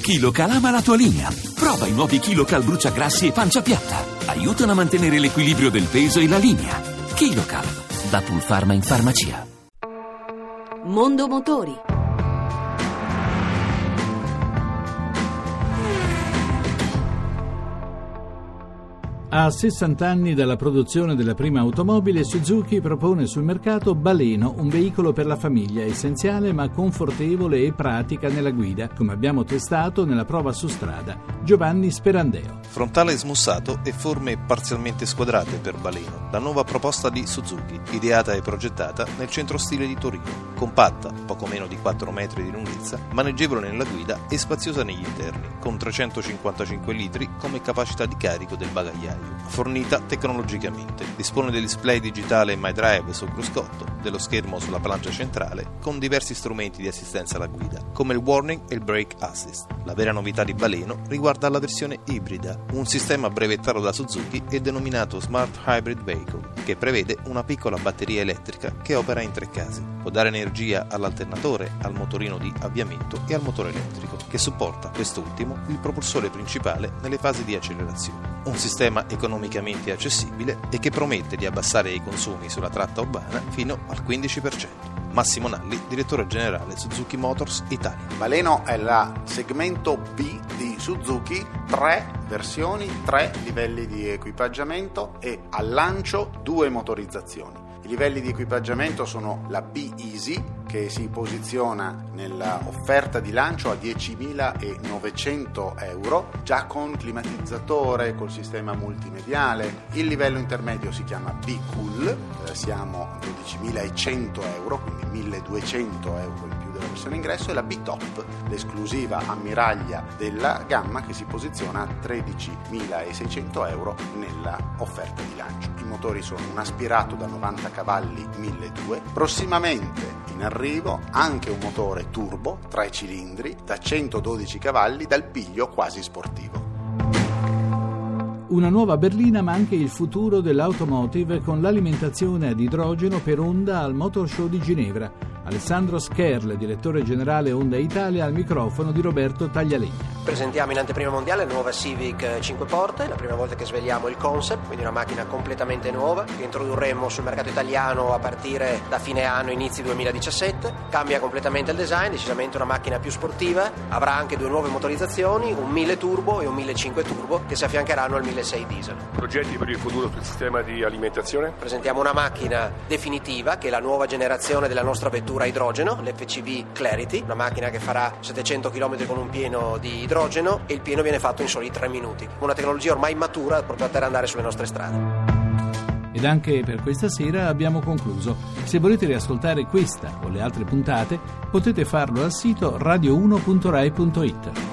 KiloCal ama la tua linea. Prova i nuovi KiloCal bruciagrassi e pancia piatta. Aiutano a mantenere l'equilibrio del peso e la linea. KiloCal, da Pulpharma in farmacia. Mondo Motori. A 60 anni dalla produzione della prima automobile, Suzuki propone sul mercato Baleno, un veicolo per la famiglia, essenziale ma confortevole e pratica nella guida, come abbiamo testato nella prova su strada. Giovanni Sperandeo. Frontale smussato e forme parzialmente squadrate per Baleno, la nuova proposta di Suzuki, ideata e progettata nel centro stile di Torino. Compatta, poco meno di 4 metri di lunghezza, maneggevole nella guida e spaziosa negli interni, con 355 litri come capacità di carico del bagagliaio. Fornita tecnologicamente, dispone del display digitale MyDrive sul cruscotto, dello schermo sulla plancia centrale, con diversi strumenti di assistenza alla guida, come il Warning e il Brake Assist. La vera novità di Baleno riguarda la versione ibrida, un sistema brevettato da Suzuki e denominato Smart Hybrid Vehicle, che prevede una piccola batteria elettrica che opera in 3 casi. Può dare energia all'alternatore, al motorino di avviamento e al motore elettrico, che supporta quest'ultimo il propulsore principale nelle fasi di accelerazione. Un sistema economicamente accessibile e che promette di abbassare i consumi sulla tratta urbana fino al 15%. Massimo Nalli, direttore generale Suzuki Motors Italia. Baleno è la segmento B di Suzuki, 3 versioni, 3 livelli di equipaggiamento e al lancio 2 motorizzazioni. I livelli di equipaggiamento sono la B Easy, che si posiziona nella offerta di lancio a 10.900 euro, già con climatizzatore, col sistema multimediale. Il livello intermedio si chiama B Cool, siamo a 12.100 euro, quindi 1.200 euro in più della versione ingresso, e la B Top, l'esclusiva ammiraglia della gamma, che si posiziona a 13.600 euro nella offerta di lancio. I motori sono un aspirato da 90 cavalli 1.200, prossimamente in arrivo anche un motore turbo 3 cilindri da 112 cavalli dal piglio quasi sportivo. Una nuova berlina, ma anche il futuro dell'automotive con l'alimentazione ad idrogeno per Honda al Motor Show di Ginevra. Alessandro Scherl, direttore generale Honda Italia, al microfono di Roberto Taglialegna. Presentiamo in anteprima mondiale la nuova Civic 5 porte, la prima volta che sveliamo il concept, quindi una macchina completamente nuova che introdurremo sul mercato italiano a partire da fine anno, inizi 2017. Cambia completamente il design, decisamente una macchina più sportiva, avrà anche 2 nuove motorizzazioni, un 1000 turbo e un 1500 turbo che si affiancheranno al 1600 diesel. Progetti per il futuro sul sistema di alimentazione? Presentiamo una macchina definitiva che è la nuova generazione della nostra vettura a idrogeno, l'FCV Clarity, una macchina che farà 700 km con un pieno di idrogeno e il pieno viene fatto in soli 3 minuti. Una tecnologia ormai matura per poter andare sulle nostre strade. Ed anche per questa sera abbiamo concluso. Se volete riascoltare questa o le altre puntate, potete farlo al sito radio1.rai.it.